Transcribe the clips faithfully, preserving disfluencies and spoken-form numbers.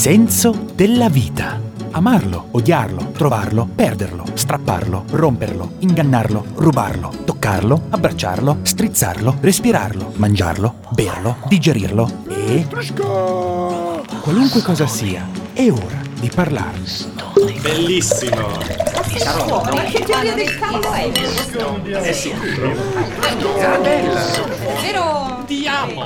senso della vita. Amarlo, odiarlo, trovarlo, perderlo, strapparlo, romperlo, ingannarlo, rubarlo, toccarlo, abbracciarlo, strizzarlo, respirarlo, mangiarlo, berlo, digerirlo e... qualunque cosa sia, è ora di parlarne. Bellissimo! Ma che teoria del cavolo è? È sicuro? Era bella! Vero? Ti amo!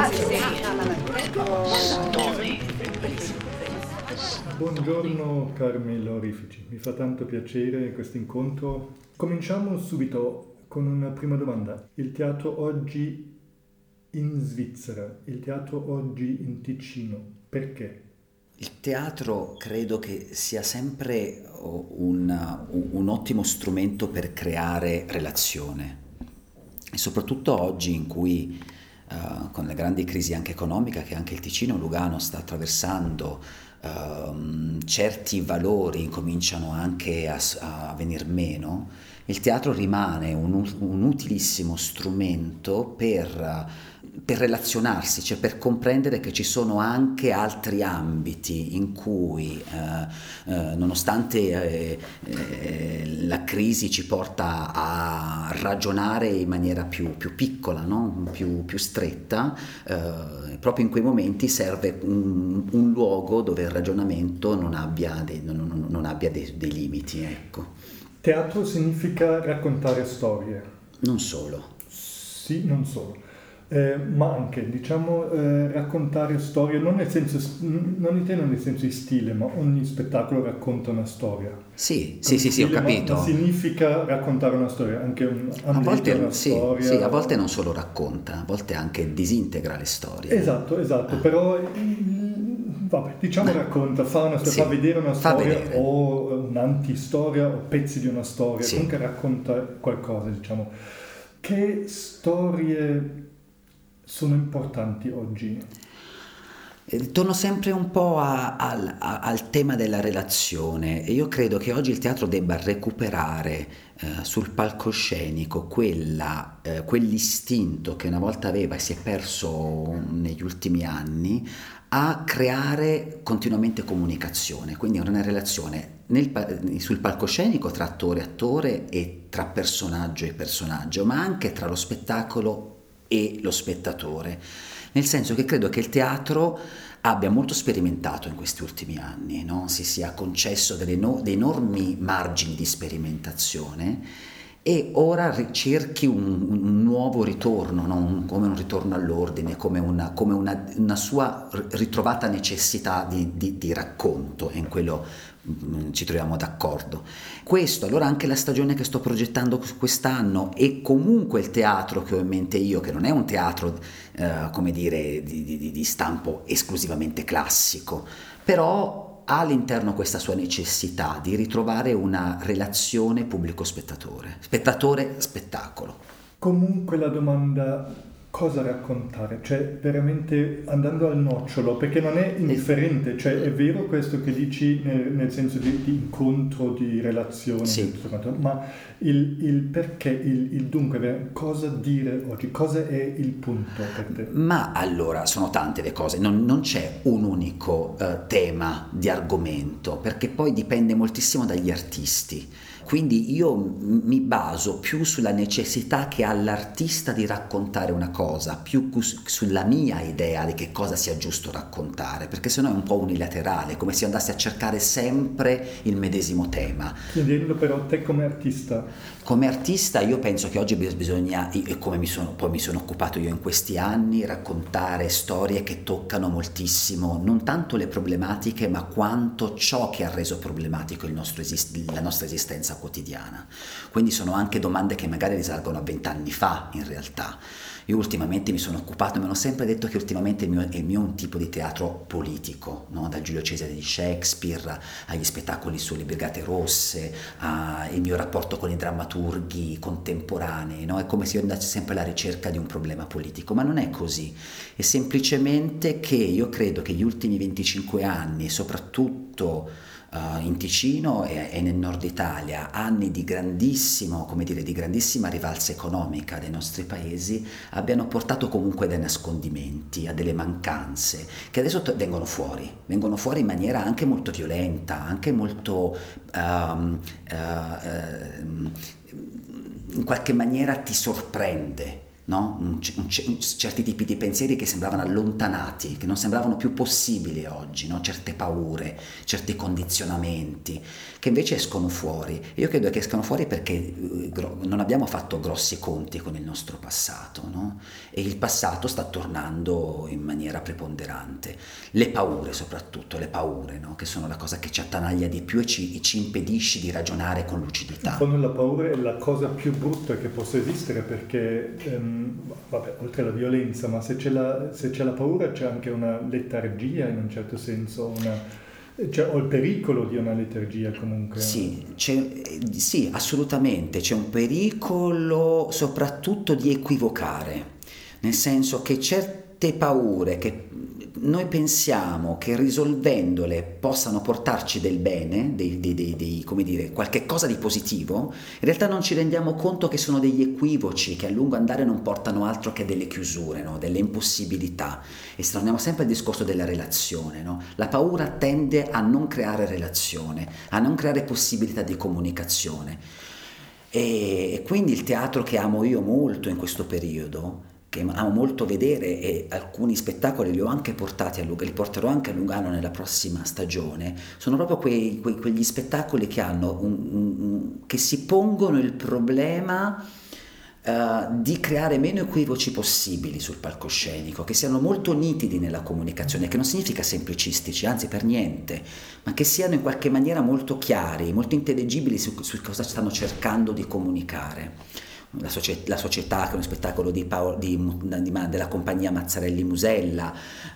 Buongiorno cari lorifici, mi fa tanto piacere questo incontro. Cominciamo subito con una prima domanda. Il teatro oggi in Svizzera, il teatro oggi in Ticino, perché? Il teatro credo che sia sempre un, un ottimo strumento per creare relazione e soprattutto oggi in cui uh, con la grande crisi anche economica che anche il Ticino Lugano sta attraversando, uh, certi valori cominciano anche a, a venir meno. Il teatro rimane un, un utilissimo strumento per per relazionarsi, cioè per comprendere che ci sono anche altri ambiti in cui, eh, eh, nonostante eh, eh, la crisi ci porta a ragionare in maniera più, più piccola, no? più, più stretta, eh, proprio in quei momenti serve un, un luogo dove il ragionamento non abbia dei, non, non abbia dei, dei limiti. Ecco. Teatro significa raccontare storie. Non solo. Sì, non solo. Eh, ma anche, diciamo, eh, raccontare storie, non nel senso, non intendo nel senso di stile, ma ogni spettacolo racconta una storia. Sì, sì, sì, sì, ho stile, capito. Ma, ma significa raccontare una storia, anche un a volte, una sì, storia. Sì, a volte non solo racconta, a volte anche disintegra le storie. Esatto, esatto, ah. però vabbè, diciamo racconta, fa, una, sì, fa vedere una storia vedere. o un'antistoria o pezzi di una storia, sì. Comunque racconta qualcosa, diciamo. Che storie sono importanti oggi? Torno sempre un po' a, a, a, al tema della relazione e io credo che oggi il teatro debba recuperare eh, sul palcoscenico quella, eh, quell'istinto che una volta aveva e si è perso negli ultimi anni a creare continuamente comunicazione, quindi una relazione nel, sul palcoscenico tra attore e attore e tra personaggio e personaggio, ma anche tra lo spettacolo e lo spettatore, nel senso che credo che il teatro abbia molto sperimentato in questi ultimi anni, no? Si sia concesso delle no, dei enormi margini di sperimentazione e ora ricerchi un, un nuovo ritorno, no? un, come un ritorno all'ordine, come una, come una, una sua ritrovata necessità di, di, di racconto, e in quello ci troviamo d'accordo. Questo, allora anche la stagione che sto progettando quest'anno e comunque il teatro che ho in mente io, che non è un teatro eh, come dire di, di, di stampo esclusivamente classico, però ha all'interno questa sua necessità di ritrovare una relazione pubblico-spettatore, spettatore-spettacolo. Comunque la domanda... cosa raccontare? Cioè, veramente andando al nocciolo, perché non è indifferente, cioè è vero questo che dici nel, nel senso di, di incontro, di relazione, sì. tutto quanto, ma il, il perché, il, il dunque, cosa dire oggi, cosa è il punto per te? Ma allora, sono tante le cose, non, non c'è un unico uh, tema di argomento, perché poi dipende moltissimo dagli artisti. Quindi io mi baso più sulla necessità che ha l'artista di raccontare una cosa, più sulla mia idea di che cosa sia giusto raccontare, perché sennò è un po' unilaterale, come se io andassi a cercare sempre il medesimo tema. Chiedendo però te come artista. Come artista io penso che oggi bisogna, e come mi sono, poi mi sono occupato io in questi anni, raccontare storie che toccano moltissimo, non tanto le problematiche, ma quanto ciò che ha reso problematico il nostro esist- la nostra esistenza quotidiana. Quindi sono anche domande che magari risalgono a vent'anni fa in realtà. Io ultimamente mi sono occupato, mi hanno sempre detto che ultimamente il mio, il mio è un tipo di teatro politico, no? Da Giulio Cesare di Shakespeare agli spettacoli sulle Brigate Rosse, al mio rapporto con i drammaturghi contemporanei, no? È come se io andassi sempre alla ricerca di un problema politico, ma non è così, è semplicemente che io credo che gli ultimi venticinque anni, soprattutto uh, in Ticino e, e nel nord Italia, anni di grandissimo, come dire, di grandissima rivalsa economica dei nostri paesi, abbiano portato comunque dei nascondimenti, a delle mancanze, che adesso t- vengono fuori, vengono fuori in maniera anche molto violenta, anche molto... Um, uh, uh, in qualche maniera ti sorprende. No? Un, un, un, certi tipi di pensieri che sembravano allontanati, che non sembravano più possibili oggi, no? Certe paure, certi condizionamenti che invece escono fuori. Io credo che escano fuori perché eh, gro- non abbiamo fatto grossi conti con il nostro passato, no? E il passato sta tornando in maniera preponderante. Le paure soprattutto, le paure, no? Che sono la cosa che ci attanaglia di più e ci, ci impedisce di ragionare con lucidità. In fondo la paura è la cosa più brutta che possa esistere perché... Um, Vabbè, oltre alla violenza, ma se c'è la, se c'è la paura c'è anche una letargia in un certo senso, una, cioè, o il pericolo di una letargia comunque. Sì, c'è, sì, assolutamente, c'è un pericolo soprattutto di equivocare, nel senso che certe paure che noi pensiamo che risolvendole possano portarci del bene, dei, dei, dei, dei, come dire, qualche cosa di positivo, in realtà non ci rendiamo conto che sono degli equivoci che a lungo andare non portano altro che delle chiusure, no? Delle impossibilità. E torniamo sempre al discorso della relazione, no? La paura tende a non creare relazione, a non creare possibilità di comunicazione. E quindi il teatro che amo io molto in questo periodo, che amo molto vedere, e alcuni spettacoli li ho anche portati a Lugano, li porterò anche a Lugano nella prossima stagione, sono proprio quei, quei, quegli spettacoli che hanno un, un, un, che si pongono il problema uh, di creare meno equivoci possibili sul palcoscenico, che siano molto nitidi nella comunicazione, che non significa semplicistici, anzi per niente, ma che siano in qualche maniera molto chiari, molto intelligibili su, su cosa stanno cercando di comunicare. La, socie- la società, che è uno spettacolo di Paolo, di, di, della compagnia Mazzarelli Musella,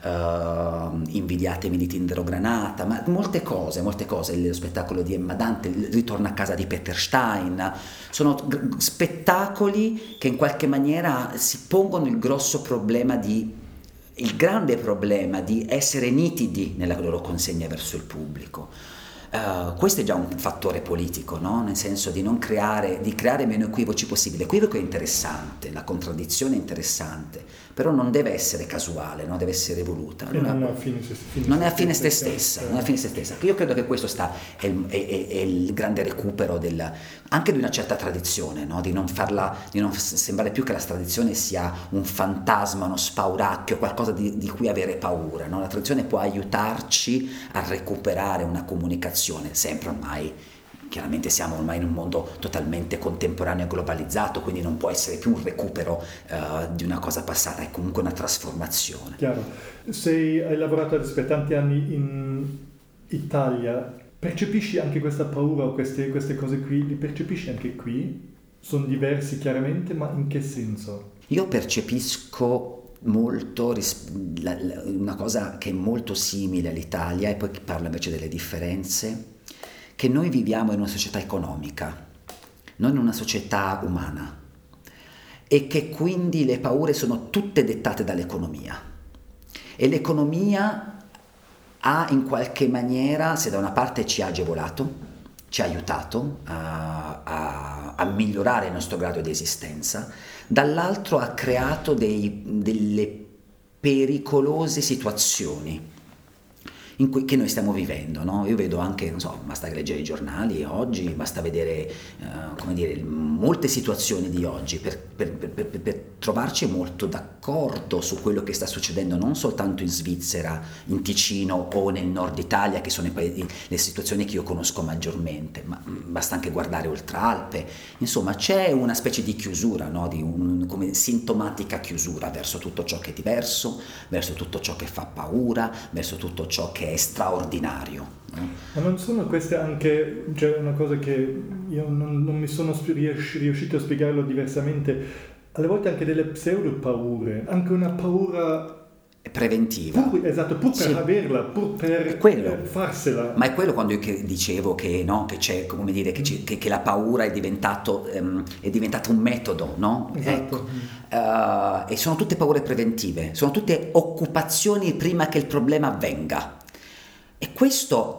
uh, Invidiatemi di Tindaro Granata, ma molte cose, molte cose, lo spettacolo di Emma Dante, il Ritorno a casa di Peter Stein, sono g- spettacoli che in qualche maniera si pongono il grosso problema di, il grande problema di essere nitidi nella loro consegna verso il pubblico. Uh, questo è già un fattore politico, no? Nel senso di non creare, di creare meno equivoci possibile. L'equivoco è interessante, la contraddizione è interessante, però non deve essere casuale, no? Deve essere voluta. E non, non, è a fine, fine non è a fine se stessa, non è a fine se stessa. Io credo che questo sta è il, è, è, è il grande recupero del, anche di una certa tradizione, no? Di non farla, di non sembrare più che la tradizione sia un fantasma, uno spauracchio, qualcosa di, di cui avere paura, no? La tradizione può aiutarci a recuperare una comunicazione, sempre ormai, chiaramente siamo ormai in un mondo totalmente contemporaneo e globalizzato, quindi non può essere più un recupero uh, di una cosa passata, è comunque una trasformazione. Chiaro. Sei, hai lavorato per tanti anni in Italia, percepisci anche questa paura o queste, queste cose qui, li percepisci anche qui? Sono diversi chiaramente, ma in che senso? Io percepisco molto la, la, una cosa che è molto simile all'Italia, e poi parlo invece delle differenze, che noi viviamo in una società economica, non in una società umana, e che quindi le paure sono tutte dettate dall'economia, e l'economia ha in qualche maniera, se da una parte ci ha agevolato, ci ha aiutato a, a, a migliorare il nostro grado di esistenza, dall'altro ha creato dei, delle pericolose situazioni in cui, che noi stiamo vivendo, no? Io vedo anche, non so, basta leggere i giornali oggi, basta vedere, uh, come dire, molte situazioni di oggi per, per, per, per, per trovarci molto d'accordo su quello che sta succedendo non soltanto in Svizzera, in Ticino o nel nord Italia, che sono i paesi, le situazioni che io conosco maggiormente, ma basta anche guardare oltre Alpe. Insomma, c'è una specie di chiusura, no? Di un, come sintomatica chiusura verso tutto ciò che è diverso, verso tutto ciò che fa paura, verso tutto ciò che è straordinario. No? Ma non sono queste anche, cioè una cosa che io non, non mi sono riuscito a spiegarlo diversamente, alle volte anche delle pseudo paure, anche una paura preventiva. Pur, esatto, pur per sì. averla, pur per quello. farsela. Ma è quello quando io che dicevo che, no, che c'è, come dire, che, ci, che, che la paura è diventato, um, è diventato un metodo, no? Esatto. Ecco. Uh, e sono tutte paure preventive, sono tutte occupazioni prima che il problema avvenga. E questo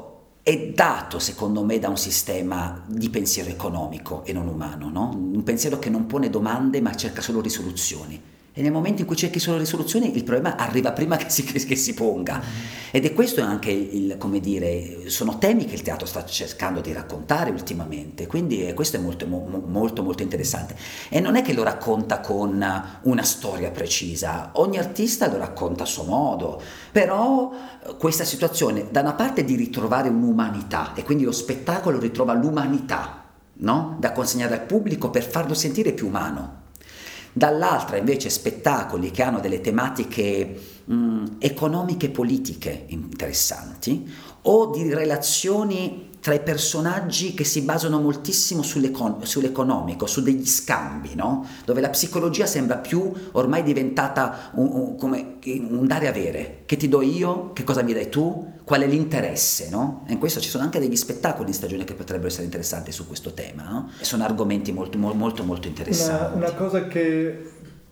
è dato secondo me da un sistema di pensiero economico e non umano, no? Un pensiero che non pone domande ma cerca solo risoluzioni. E nel momento in cui cerchi solo risoluzioni il problema arriva prima che si, che si ponga. Ed è questo anche il, come dire, sono temi che il teatro sta cercando di raccontare ultimamente, quindi questo è molto molto molto interessante. E non è che lo racconta con una storia precisa, ogni artista lo racconta a suo modo, però questa situazione da una parte di ritrovare un'umanità, e quindi lo spettacolo ritrova l'umanità, no? Da consegnare al pubblico per farlo sentire più umano. Dall'altra invece spettacoli che hanno delle tematiche mh, economiche e politiche interessanti, o di relazioni tra i personaggi che si basano moltissimo sull'econ- sull'economico, su degli scambi, no? Dove la psicologia sembra più ormai diventata un, un, come un dare e avere. Che ti do io? Che cosa mi dai tu? Qual è l'interesse, no? E in questo ci sono anche degli spettacoli in stagione che potrebbero essere interessanti su questo tema, no? E sono argomenti molto molto molto interessanti. Una, una cosa che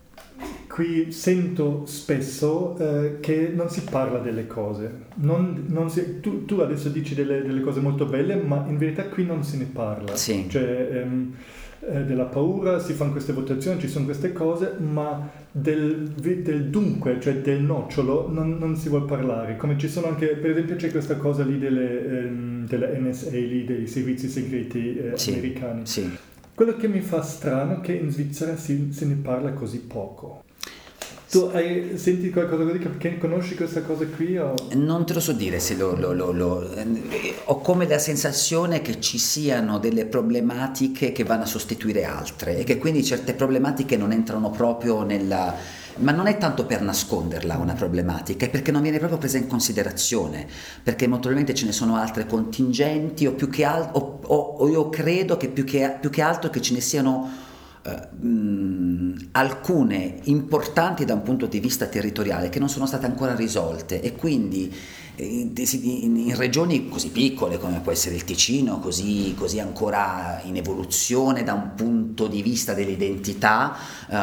qui sento spesso eh, che non si parla delle cose. Non, non si, tu, tu adesso dici delle, delle cose molto belle, ma in verità qui non se ne parla. Sì. Cioè, ehm, eh, della paura, si fanno queste votazioni, ci sono queste cose, ma del, del dunque, cioè del nocciolo, non, non si vuole parlare. Come ci sono anche, per esempio c'è questa cosa lì delle, ehm, della N S A, lì, dei servizi segreti eh, sì. americani. Sì. Quello che mi fa strano è che in Svizzera si, se ne parla così poco. Tu hai sentito qualcosa così? Che conosci questa cosa qui? O? Non te lo so dire se lo, lo, lo, lo... Ho come la sensazione che ci siano delle problematiche che vanno a sostituire altre e che quindi certe problematiche non entrano proprio nella... Ma non è tanto per nasconderla una problematica, è perché non viene proprio presa in considerazione, perché molto probabilmente ce ne sono altre contingenti o più che altro, o, o io credo che più che, più che altro che ce ne siano Uh, mh, alcune importanti da un punto di vista territoriale che non sono state ancora risolte, e quindi eh, in, in regioni così piccole come può essere il Ticino, così, così ancora in evoluzione da un punto di vista dell'identità,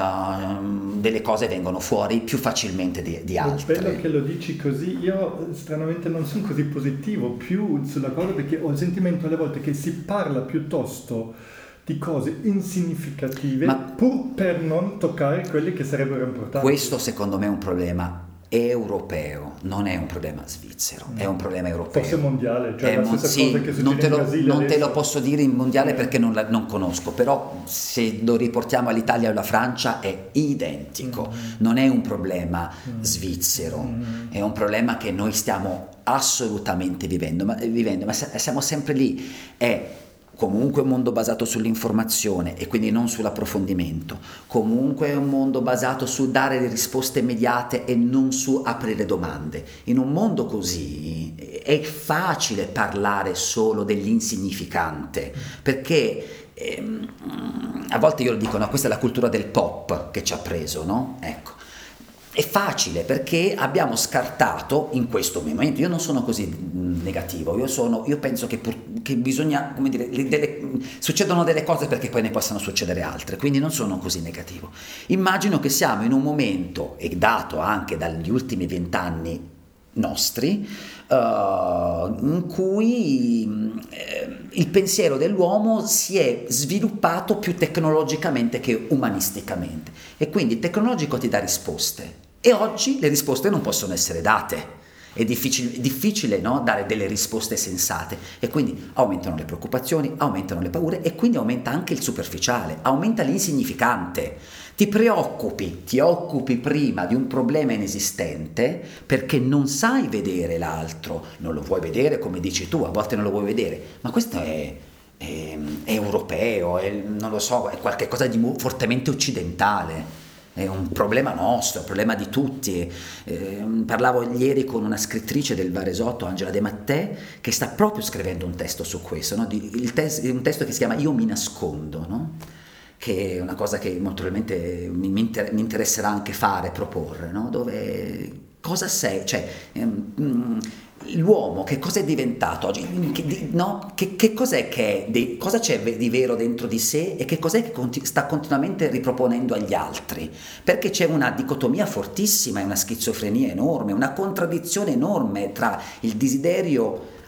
uh, delle cose vengono fuori più facilmente di, di altre. È bello che lo dici così. Io stranamente non sono così positivo più sulla cosa, perché ho il sentimento alle volte che si parla piuttosto di cose insignificative, ma pur per non toccare quelle che sarebbero importanti. Questo secondo me è un problema europeo, non è un problema svizzero, mm. è un problema europeo. Forse mondiale, cioè è la stessa sì, cosa che succede non te lo, in Brasile non adesso. te lo posso dire in mondiale eh. perché non, la, non conosco, però se lo riportiamo all'Italia o alla Francia è identico, mm. non è un problema mm. svizzero, mm. è un problema che noi stiamo assolutamente vivendo, ma, vivendo, ma siamo sempre lì, è comunque un mondo basato sull'informazione e quindi non sull'approfondimento, comunque è un mondo basato su dare le risposte immediate e non su aprire domande. In un mondo così è facile parlare solo dell'insignificante, perché ehm, a volte io lo dico, no, questa è la cultura del pop che ci ha preso, no? Ecco. È facile perché abbiamo scartato in questo momento, io non sono così negativo, io, sono, io penso che, pur, che bisogna, come dire, delle, succedono delle cose perché poi ne possano succedere altre, quindi non sono così negativo. Immagino che siamo in un momento, e dato anche dagli ultimi vent'anni nostri, uh, in cui uh, il pensiero dell'uomo si è sviluppato più tecnologicamente che umanisticamente, e quindi il tecnologico ti dà risposte e oggi le risposte non possono essere date. È difficile, difficile no? dare delle risposte sensate, e quindi aumentano le preoccupazioni, aumentano le paure, e quindi aumenta anche il superficiale, aumenta l'insignificante. Ti preoccupi, ti occupi prima di un problema inesistente perché non sai vedere l'altro, non lo vuoi vedere come dici tu, a volte non lo vuoi vedere, ma questo è, è, è europeo, è, non lo so, è qualcosa di fortemente occidentale. È un problema nostro, è un problema di tutti. Eh, parlavo ieri con una scrittrice del Varesotto, Angela De Mattè, che sta proprio scrivendo un testo su questo, no? Di, il tes- un testo che si chiama Io mi nascondo, no? Che è una cosa che molto probabilmente mi, mi, inter- mi interesserà anche fare, proporre, no? Dove cosa sei, cioè ehm, l'uomo che cosa è diventato oggi, che, no? che, che cos'è che è, di, cosa c'è di vero dentro di sé e che cos'è che conti- sta continuamente riproponendo agli altri, perché c'è una dicotomia fortissima e una schizofrenia enorme, una contraddizione enorme tra il desiderio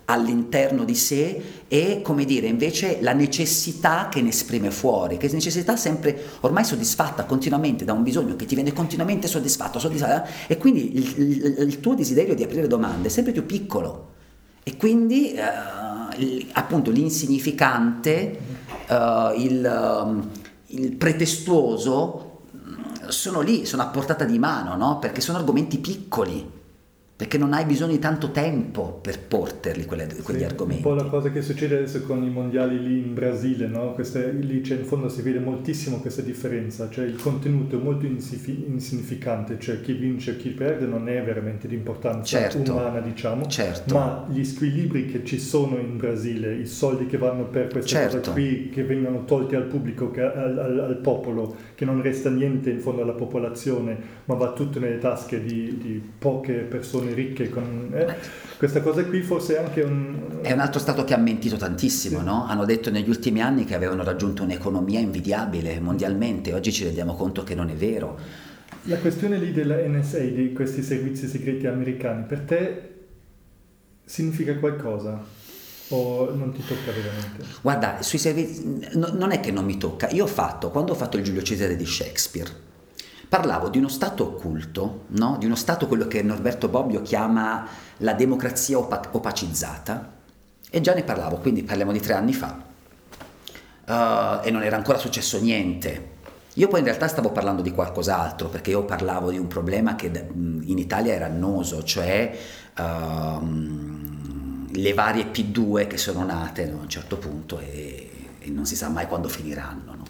all'interno di sé e, come dire, invece la necessità che ne esprime fuori, che è necessità sempre ormai soddisfatta continuamente da un bisogno che ti viene continuamente soddisfatto, soddisfatto e quindi il, il, il tuo desiderio di aprire domande è sempre più piccolo e quindi eh, il, appunto l'insignificante, eh, il, il pretestuoso sono lì, sono a portata di mano, no? Perché sono argomenti piccoli, perché non hai bisogno di tanto tempo per porterli quelle, quegli sì, argomenti. Un po' la cosa che succede adesso con i mondiali lì in Brasile, no? Queste, lì c'è, in fondo si vede moltissimo questa differenza, cioè il contenuto è molto insifi- insignificante, cioè chi vince e chi perde non è veramente di importanza certo, umana, diciamo, certo. ma gli squilibri che ci sono in Brasile, i soldi che vanno per questa certo. cosa qui, che vengono tolti al pubblico, che, al, al, al popolo, che non resta niente in fondo alla popolazione, ma va tutto nelle tasche di, di poche persone ricche con, eh, questa cosa qui forse è anche un è un altro stato che ha mentito tantissimo, sì. no? Hanno detto negli ultimi anni che avevano raggiunto un'economia invidiabile mondialmente, oggi ci rendiamo conto che non è vero. La questione lì della N S A, di questi servizi segreti americani, per te significa qualcosa o non ti tocca veramente? Guarda, sui servizi no, non è che non mi tocca, io ho fatto, quando ho fatto il Giulio Cesare di Shakespeare parlavo di uno stato occulto, no? Di uno stato, quello che Norberto Bobbio chiama la democrazia opa- opacizzata, e già ne parlavo, quindi parliamo di tre anni fa, uh, e non era ancora successo niente. Io poi in realtà stavo parlando di qualcos'altro, perché io parlavo di un problema che in Italia era annoso, cioè uh, le varie P due che sono nate, no, a un certo punto e, e non si sa mai quando finiranno, no?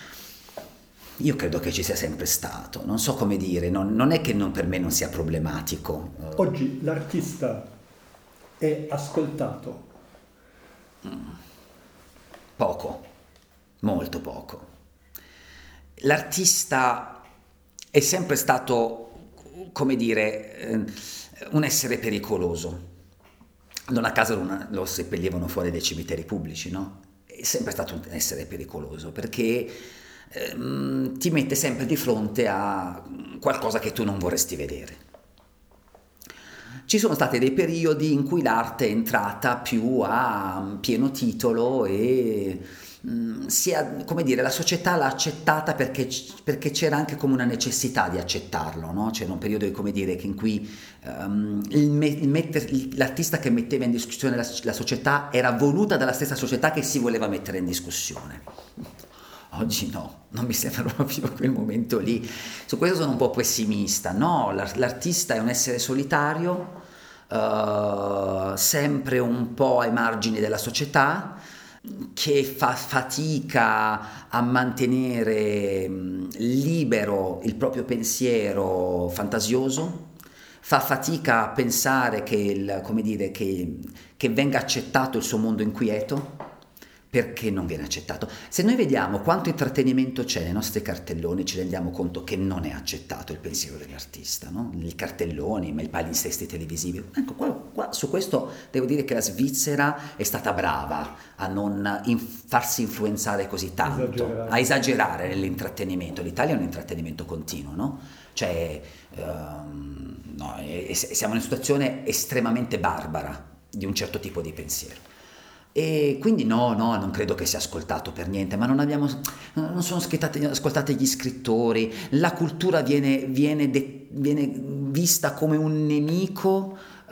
Io credo che ci sia sempre stato, non so come dire, non, non è che non, per me non sia problematico. Oggi l'artista è ascoltato? Poco, molto poco. L'artista è sempre stato, come dire, un essere pericoloso. Non a caso una, lo seppellivano fuori dai cimiteri pubblici, no? È sempre stato un essere pericoloso, perché ehm, ti mette sempre di fronte a qualcosa che tu non vorresti vedere. Ci sono stati dei periodi in cui l'arte è entrata più a pieno titolo e mh, sia, come dire, la società l'ha accettata perché, perché c'era anche come una necessità di accettarlo, no? C'era un periodo, come dire, in cui um, il me, il metter, il, l'artista che metteva in discussione la, la società era voluta dalla stessa società che si voleva mettere in discussione. Oggi no, non mi sembra proprio quel momento lì. Su questo sono un po' pessimista. No, l'artista è un essere solitario, uh, sempre un po' ai margini della società, che fa fatica a mantenere libero il proprio pensiero fantasioso, fa fatica a pensare che, il, come dire, che, che venga accettato il suo mondo inquieto, perché non viene accettato. Se noi vediamo quanto intrattenimento c'è nei nostri cartelloni, ci rendiamo conto che non è accettato il pensiero dell'artista, no? I cartelloni, ma i palinsesti televisivi. Ecco, qua, qua, su questo devo dire che la Svizzera è stata brava a non in, farsi influenzare così tanto, esagerare. a esagerare nell'intrattenimento. L'Italia è un intrattenimento continuo, no? Cioè, um, no, è, è, siamo in una situazione estremamente barbara di un certo tipo di pensiero. E quindi no, no, non credo che sia ascoltato per niente, ma non abbiamo, non sono ascoltati gli scrittori, la cultura viene, viene, de, viene vista come un nemico uh,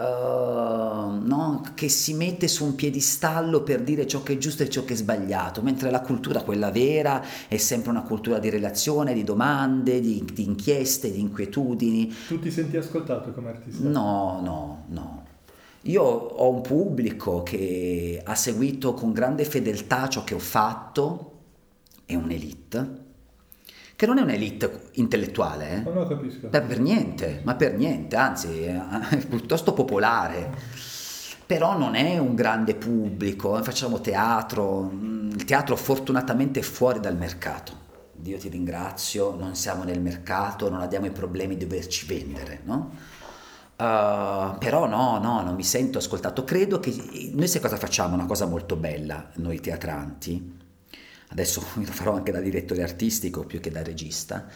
no, che si mette su un piedistallo per dire ciò che è giusto e ciò che è sbagliato, mentre la cultura, quella vera, è sempre una cultura di relazione, di domande, di, di inchieste, di inquietudini. Tu ti senti ascoltato come artista? No, no, no. Io ho un pubblico che ha seguito con grande fedeltà ciò che ho fatto, è un'elite, che non è un'elite intellettuale, eh? Oh, no, capisco. Per, per niente, ma per niente, anzi è, è piuttosto popolare, però non è un grande pubblico, facciamo teatro, il teatro fortunatamente è fuori dal mercato, Dio ti ringrazio, non siamo nel mercato, non abbiamo i problemi di doverci vendere, no? Uh, però no, no, non mi sento ascoltato. Credo che noi sai cosa facciamo? Una cosa molto bella, noi teatranti, adesso lo farò anche da direttore artistico più che da regista,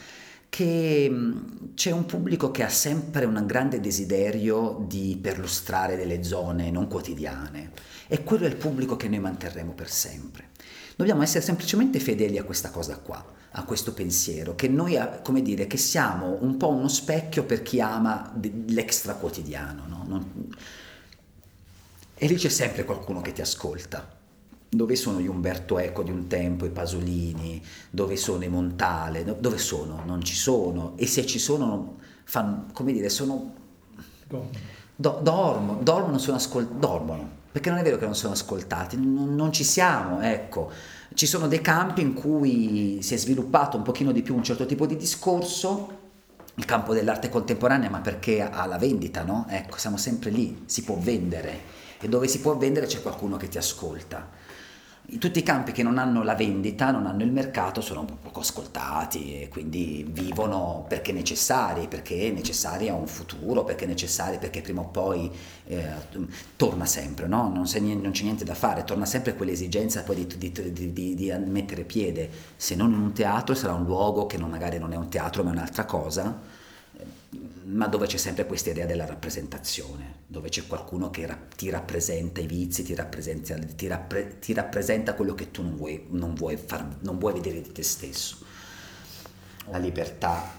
che mh, c'è un pubblico che ha sempre un grande desiderio di perlustrare delle zone non quotidiane, e quello è il pubblico che noi manterremo per sempre. Dobbiamo essere semplicemente fedeli a questa cosa qua, a questo pensiero, che noi, come dire, che siamo un po' uno specchio per chi ama l'extra quotidiano, no? Non... E lì c'è sempre qualcuno che ti ascolta. Dove sono gli Umberto Eco di un tempo, i Pasolini? Dove sono i Montale? Dove sono? Non ci sono. E se ci sono, fanno, come dire, sono... Do, dormono, dormono, sono ascol- dormono. Perché non è vero che non sono ascoltati, non, non ci siamo, ecco. Ci sono dei campi in cui si è sviluppato un pochino di più un certo tipo di discorso, il campo dell'arte contemporanea, ma perché ha la vendita, no? Ecco, siamo sempre lì, si può vendere, e dove si può vendere c'è qualcuno che ti ascolta. Tutti i campi che non hanno la vendita, non hanno il mercato, sono un po' poco ascoltati, e quindi vivono perché necessari, perché necessari a un futuro, perché necessari, perché prima o poi eh, torna sempre, no? Non c'è, non c'è niente da fare, torna sempre quell'esigenza poi di, di, di, di, di mettere piede, se non in un teatro sarà un luogo che non, magari non è un teatro ma è un'altra cosa, ma dove c'è sempre questa idea della rappresentazione, dove c'è qualcuno che ra- ti rappresenta i vizi, ti rappresenta, ti, rappre- ti rappresenta quello che tu non vuoi, non vuoi far, non vuoi vedere di te stesso. La libertà,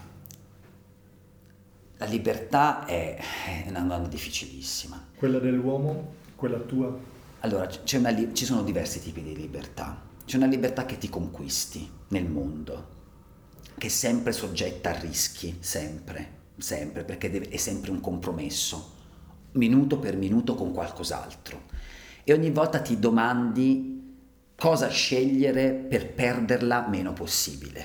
la libertà è, è una cosa difficilissima. Quella dell'uomo, quella tua? Allora, c'è una li- ci sono diversi tipi di libertà. C'è una libertà che ti conquisti nel mondo, che è sempre soggetta a rischi, sempre. sempre, perché deve, è sempre un compromesso, minuto per minuto con qualcos'altro, e ogni volta ti domandi cosa scegliere per perderla meno possibile,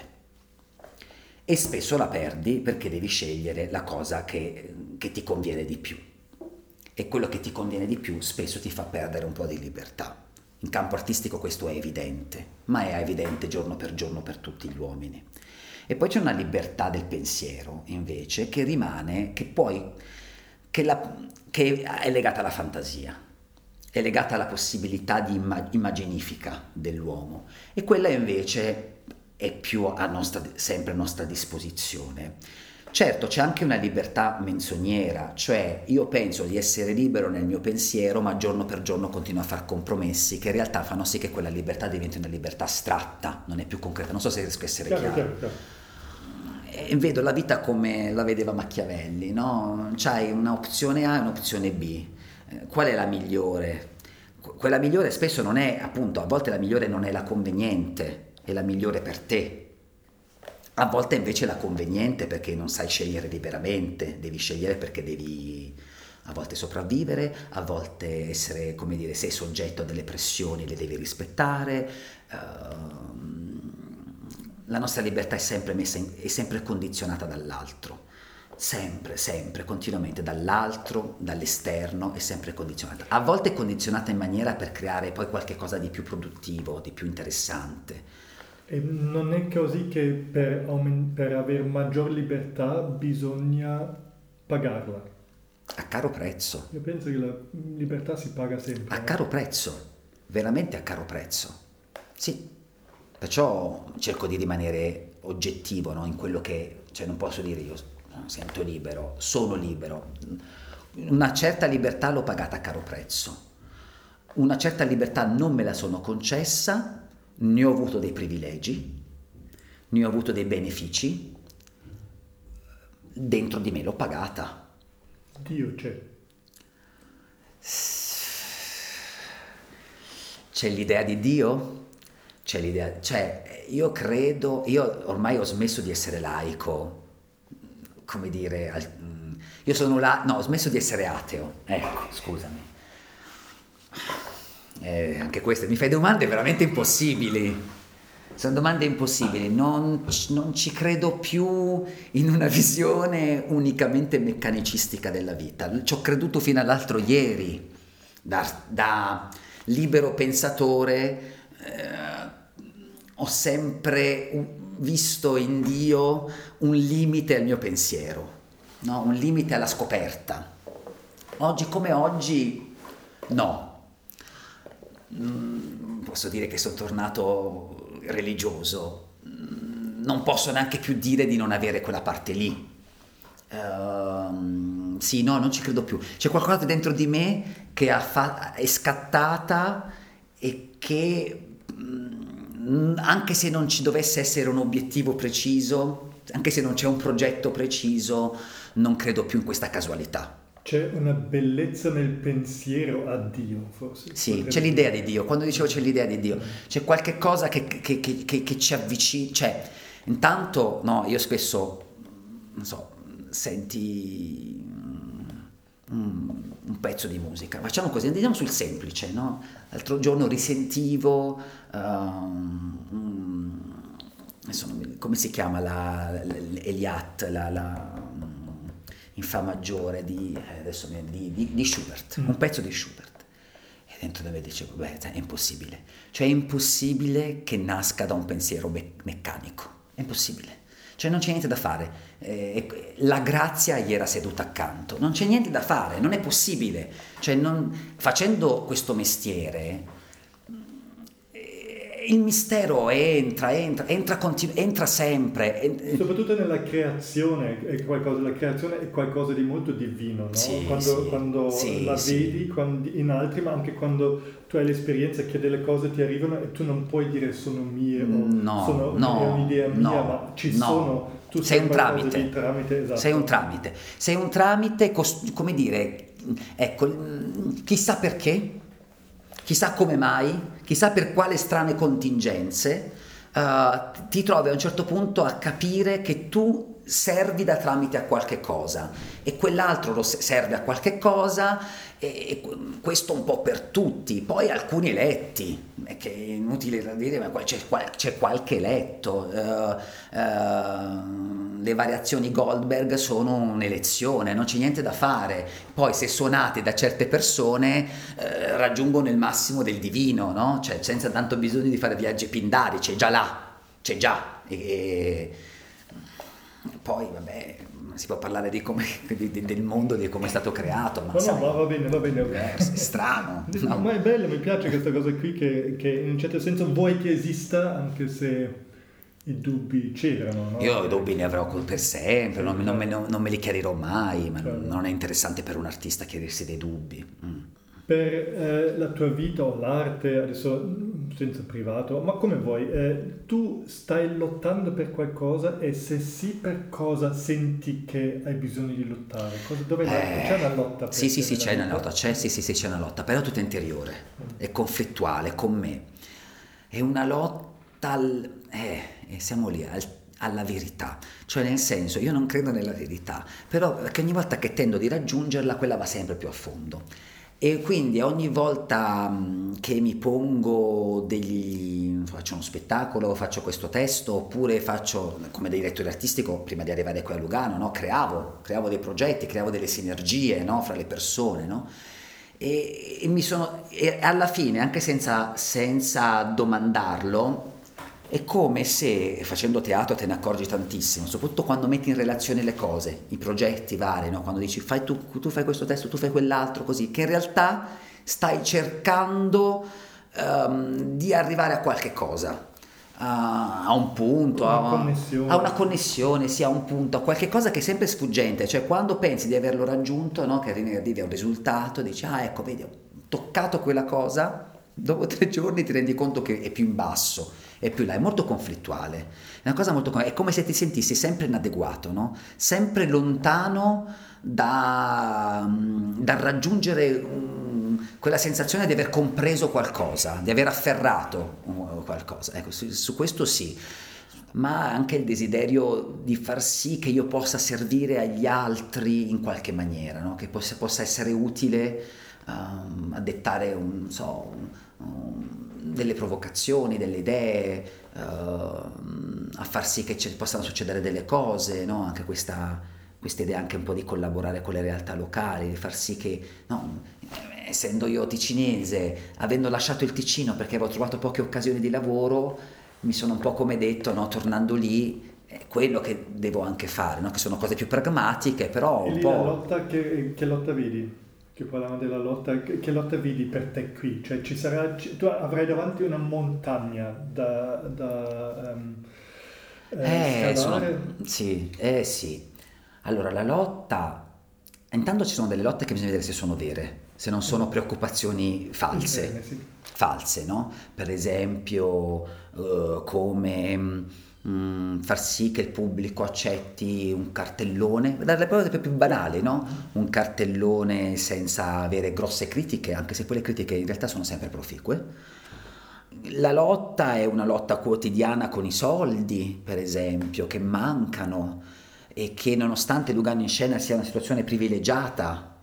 e spesso la perdi perché devi scegliere la cosa che, che ti conviene di più, e quello che ti conviene di più spesso ti fa perdere un po' di libertà. In campo artistico questo è evidente, ma è evidente giorno per giorno per tutti gli uomini. E poi c'è una libertà del pensiero, invece, che rimane, che poi, che, la, che è legata alla fantasia, è legata alla possibilità di imma- immaginifica dell'uomo, e quella invece è più a nostra, sempre a nostra disposizione. Certo, c'è anche una libertà menzognera, cioè io penso di essere libero nel mio pensiero, ma giorno per giorno continuo a far compromessi che in realtà fanno sì che quella libertà diventi una libertà astratta, non è più concreta. Non so se riesco a essere chiaro. Chiaro, chiaro, chiaro. E vedo la vita come la vedeva Machiavelli, no? C'hai un'opzione A e un'opzione B. Qual è la migliore? Quella migliore spesso non è, appunto, a volte la migliore non è la conveniente, è la migliore per te. A volte invece è la conveniente perché non sai scegliere liberamente, devi scegliere perché devi a volte sopravvivere, a volte essere, come dire, sei soggetto a delle pressioni, le devi rispettare. Uh, la nostra libertà è sempre messa in, è sempre condizionata dall'altro, sempre, sempre, continuamente dall'altro, dall'esterno, è sempre condizionata. A volte è condizionata in maniera per creare poi qualche cosa di più produttivo, di più interessante. E non è così che per, aument- per avere maggior libertà bisogna pagarla? A caro prezzo. Io penso che la libertà si paga sempre. A caro prezzo, veramente a caro prezzo. Sì, perciò cerco di rimanere oggettivo, no? In quello che, cioè non posso dire io sento libero, sono libero. Una certa libertà l'ho pagata a caro prezzo. Una certa libertà non me la sono concessa. Ne ho avuto dei privilegi, ne ho avuto dei benefici, dentro di me l'ho pagata. Dio c'è. C'è l'idea di Dio? C'è l'idea, cioè io credo, io ormai ho smesso di essere laico, come dire, io sono la, no, ho smesso di essere ateo, ecco, scusami. Eh, anche queste, mi fai domande veramente impossibili, sono domande impossibili, non, non ci credo più in una visione unicamente meccanicistica della vita, ci ho creduto fino all'altro ieri, da, da libero pensatore eh, ho sempre visto in Dio un limite al mio pensiero, no? Un limite alla scoperta. Oggi come oggi no. Posso dire che sono tornato religioso, non posso neanche più dire di non avere quella parte lì. Uh, sì, no, non ci credo più. C'è qualcosa dentro di me che ha fa- è scattata e che mh, anche se non ci dovesse essere un obiettivo preciso, anche se non c'è un progetto preciso, non credo più in questa casualità. C'è una bellezza nel pensiero a Dio, forse. Sì, Potrebbe c'è l'idea dire. di Dio. Quando dicevo c'è l'idea di Dio, c'è qualche cosa che, che, che, che, che ci avvicina. Cioè, intanto, no, io spesso, non so, senti un, un pezzo di musica, facciamo così, andiamo sul semplice, no? L'altro giorno risentivo um, um, adesso non mi- come si chiama la, l'Eliat, la, la um, in fa maggiore di, eh, adesso mi- di, di, di Schubert, un pezzo di Schubert, e dentro da me dicevo, beh, è impossibile, cioè è impossibile che nasca da un pensiero me- meccanico, è impossibile. Cioè non c'è niente da fare, eh, la grazia gli era seduta accanto, non c'è niente da fare, non è possibile, cioè non, facendo questo mestiere eh, il mistero entra, entra, entra, continu- entra sempre. eh, Soprattutto nella creazione, è qualcosa, la creazione è qualcosa di molto divino, no? Sì, quando sì, quando sì, la sì. vedi quando- in altri, ma anche quando tu hai l'esperienza che delle cose ti arrivano e tu non puoi dire sono mie o No, sono no, è un'idea mia, no, ma ci no. sono, tu Sei un qualcosa tramite. di tramite, esatto. Sei un tramite, sei un tramite, cos- come dire, ecco, mm, chissà perché, chissà come mai, chissà per quale strane contingenze, eh, ti trovi a un certo punto a capire che tu servi da tramite a qualche cosa e quell'altro lo se- serve a qualche cosa, e, e questo un po' per tutti, poi alcuni eletti, è che è inutile da dire, ma qua c'è, qual- c'è qualche eletto, eh, eh, le variazioni Goldberg sono un'elezione, non c'è niente da fare, poi se suonate da certe persone eh, raggiungono il massimo del divino, no? Cioè senza tanto bisogno di fare viaggi pindari, c'è già là, c'è già, e poi vabbè, si può parlare di come, di- di- del mondo, di come è stato creato, ma No, sai, no, ma va bene, va bene. è strano, no? Ma è bello, mi piace questa cosa qui che, che in un certo senso vuoi che esista anche se i dubbi c'erano, no? Io i dubbi ne avrò per sempre, non, non me, non me li chiarirò mai, ma Certo. non è interessante per un artista chiarirsi dei dubbi. Mm. Per eh, la tua vita o l'arte, adesso mm, senza privato, ma come vuoi, eh, tu stai lottando per qualcosa e se sì, per cosa senti che hai bisogno di lottare? Cosa, dove la- Eh, c'è una lotta? Per Sì, sì, te sì, nella c'è una vita? lotta, c'è, sì, sì, sì, c'è una lotta, però è tutta interiore, è conflittuale con me. È una lotta al... eh, e siamo lì, al- alla verità. Cioè nel senso, io non credo nella verità, però perché ogni volta che tendo di raggiungerla, quella va sempre più a fondo. E quindi ogni volta mh, che mi pongo degli... faccio uno spettacolo, faccio questo testo, oppure faccio, come direttore artistico, prima di arrivare qui a Lugano, no? creavo, creavo dei progetti, creavo delle sinergie, no? fra le persone, no? E, e mi sono... e alla fine, anche senza, senza domandarlo, è come se facendo teatro te ne accorgi tantissimo, soprattutto quando metti in relazione le cose, i progetti vari, no? Quando dici fai tu, tu fai questo testo, tu fai quell'altro, così, che in realtà stai cercando ehm, di arrivare a qualche cosa, a, a un punto, Una a, connessione. a una connessione, sì, a un punto, a qualche cosa che è sempre sfuggente, cioè quando pensi di averlo raggiunto, no? Che arrivi a un risultato, dici ah ecco vedi ho toccato quella cosa, dopo tre giorni ti rendi conto che è più in basso, è più là, è molto conflittuale, è una cosa molto, è come se ti sentissi sempre inadeguato, no? Sempre lontano da, da raggiungere um, quella sensazione di aver compreso qualcosa, di aver afferrato uh, qualcosa, ecco, su, su questo sì, ma anche il desiderio di far sì che io possa servire agli altri in qualche maniera, no? Che possa, possa essere utile um, a dettare un, non so, un, un, delle provocazioni, delle idee, uh, a far sì che ci possano succedere delle cose, no? Anche questa, questa idea anche un po' di collaborare con le realtà locali, di far sì che, no, essendo io ticinese, avendo lasciato il Ticino perché avevo trovato poche occasioni di lavoro, mi sono un po' come detto, no, tornando lì, è quello che devo anche fare, no? Che sono cose più pragmatiche, però E un lì po'... la lotta, che, che lotta vedi? Che parlavamo della lotta, che, che lotta vedi per te qui? Cioè ci sarà, ci- tu avrai davanti una montagna da, da, ehm, eh, Eh, sono, scalare. sì, eh sì. Allora, la lotta, intanto ci sono delle lotte che bisogna vedere se sono vere, se non sono preoccupazioni false, Interne, sì. false, no? Per esempio, eh, come mm, far sì che il pubblico accetti un cartellone, dalle cose più banali, no? Un cartellone senza avere grosse critiche, anche se quelle critiche in realtà sono sempre proficue. La lotta è una lotta quotidiana con i soldi, per esempio, che mancano e che nonostante Lugano in Scena sia una situazione privilegiata,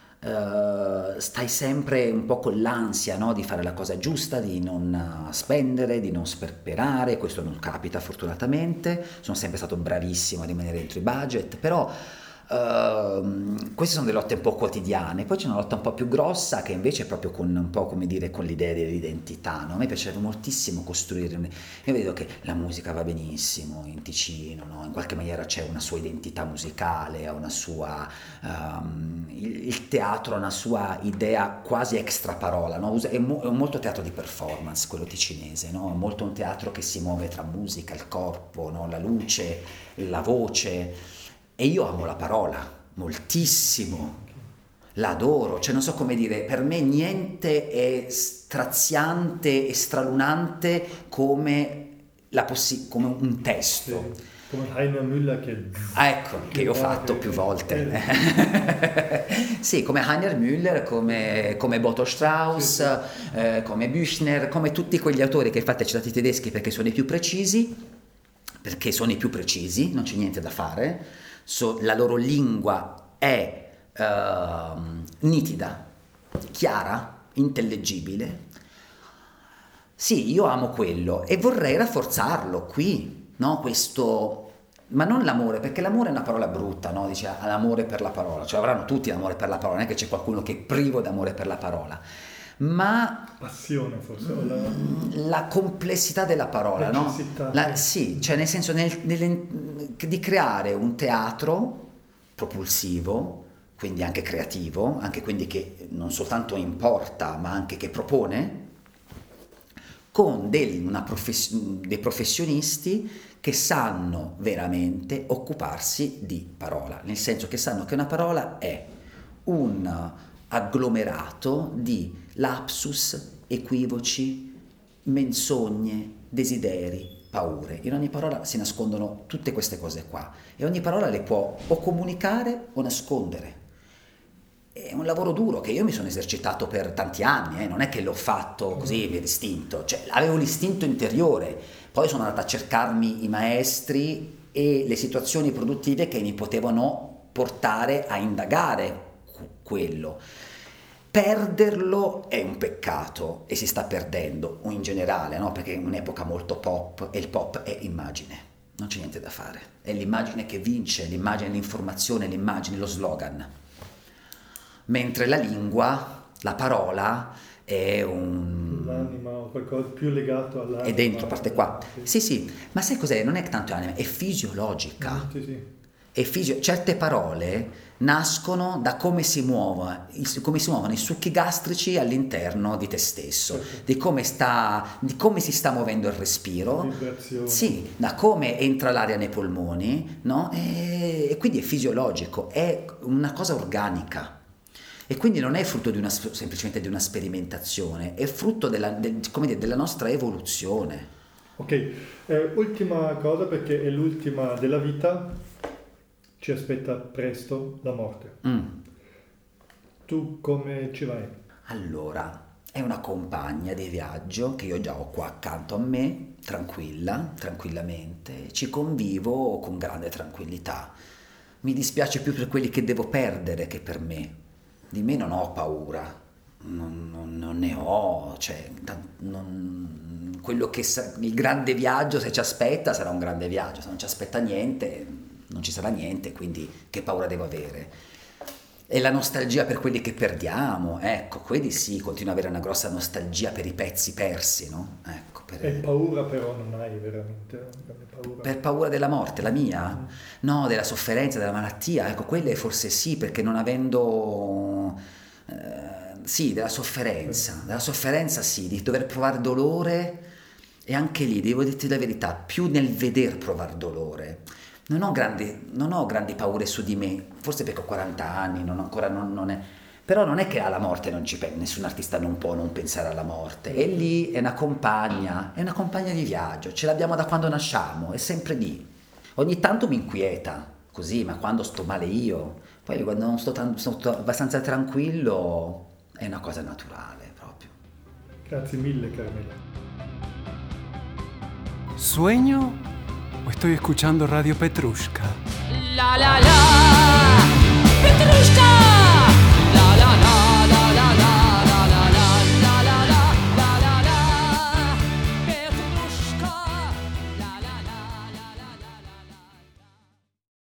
eh, stai sempre un po' con l'ansia, no? Di fare la cosa giusta, di non eh, spendere, di non sperperare. Questo non capita fortunatamente, sono sempre stato bravissimo a rimanere dentro i budget, però ehm, queste sono delle lotte un po' quotidiane. Poi c'è una lotta un po' più grossa che invece è proprio con un po', come dire, con l'idea dell'identità, no? A me piacerebbe moltissimo costruire un- io vedo che la musica va benissimo in Ticino, no? In qualche maniera c'è una sua identità musicale, ha una sua ehm, il, il teatro ha una sua idea quasi extra parola, no? Usa- è, mo- è molto teatro di performance quello ticinese, no? È molto un teatro che si muove tra musica, il corpo, no? La luce, la voce. E io amo la parola moltissimo, l'adoro, cioè non so come dire, per me niente è straziante e stralunante come, la possi- come un testo. Sì. Come Heiner Müller che... Ah, ecco, che io ho fatto più volte. Sì, come Heiner Müller, come, come Boto Strauss, Sì, eh, come Büchner, come tutti quegli autori che infatti citate i tedeschi perché sono i più precisi, perché sono i più precisi, non c'è niente da fare. So- la loro lingua è ehm, nitida, chiara, intellegibile. Sì, io amo quello e vorrei rafforzarlo qui, no? Questo, ma non l'amore, perché l'amore è una parola brutta, no? Dice "Ah, l'amore per la parola", cioè avranno tutti l'amore per la parola, non è che c'è qualcuno che è privo d'amore per la parola, ma Passione forse. o la- la complessità della parola, no? Necessità. La- sì, cioè nel senso nel- nelle- di creare un teatro propulsivo, quindi anche creativo, anche quindi che non soltanto importa, ma anche che propone, con del- una profes- dei professionisti che sanno veramente occuparsi di parola, nel senso che sanno che una parola è un agglomerato di lapsus, equivoci, menzogne, desideri, paure. In ogni parola si nascondono tutte queste cose qua e ogni parola le può o comunicare o nascondere. È un lavoro duro che io mi sono esercitato per tanti anni, eh, non è che l'ho fatto così per istinto, cioè avevo l'istinto interiore, poi sono andata a cercarmi i maestri e le situazioni produttive che mi potevano portare a indagare cu- quello. Perderlo è un peccato e si sta perdendo, o in generale, no? Perché è un'epoca molto pop e il pop è immagine, non c'è niente da fare, è l'immagine che vince, l'immagine, l'informazione, l'immagine, lo slogan. Mentre la lingua, la parola, è un... L'anima o qualcosa più legato all'anima. è dentro, parte qua. Sì, Sì, sì, ma sai cos'è? Non è tanto anima, è fisiologica. sì, sì. È fisio- certe parole nascono da come si muove, i- come si muovono i succhi gastrici all'interno di te stesso, Certo. di come sta, di come si sta muovendo il respiro, Vibrazione. sì, da come entra l'aria nei polmoni, no? E, e quindi è fisiologico, è una cosa organica. E quindi non è frutto di una, semplicemente di una sperimentazione, è frutto della, del- come dire, della nostra evoluzione. Ok, eh, ultima cosa perché è l'ultima della vita, ci aspetta presto la morte. Mm. Tu come ci vai? Allora, è una compagna di viaggio che io già ho qua accanto a me, tranquilla, tranquillamente, ci convivo con grande tranquillità. Mi dispiace più per quelli che devo perdere che per me. Di me non ho paura, non, non- non ne ho, cioè, tan- non- quello che sa- il grande viaggio se ci aspetta sarà un grande viaggio, se non ci aspetta niente non ci sarà niente, quindi che paura devo avere? E la nostalgia per quelli che perdiamo, ecco, quelli sì, continuo ad avere una grossa nostalgia per i pezzi persi, no? Ecco, per, E paura però non hai veramente, grande paura. per paura della morte, la mia? No, della sofferenza, della malattia, ecco, quelle forse sì, perché non avendo... eh, sì, della sofferenza, della sofferenza sì, di dover provare dolore E anche lì, devo dirti la verità, più nel veder provare dolore. Non ho grandi, non ho grandi paure su di me, forse perché ho quaranta anni, non ho ancora non, non è... Però non è che alla morte non ci pensa, nessun artista non può non pensare alla morte. E lì è una compagna, è una compagna di viaggio, ce l'abbiamo da quando nasciamo, è sempre lì. Ogni tanto mi inquieta, così, ma quando sto male io, poi quando non sto, tanto, sto abbastanza tranquillo, è una cosa naturale proprio. Grazie mille, Carmela. ¿Sueño o estoy escuchando Radio Petrushka? La la la.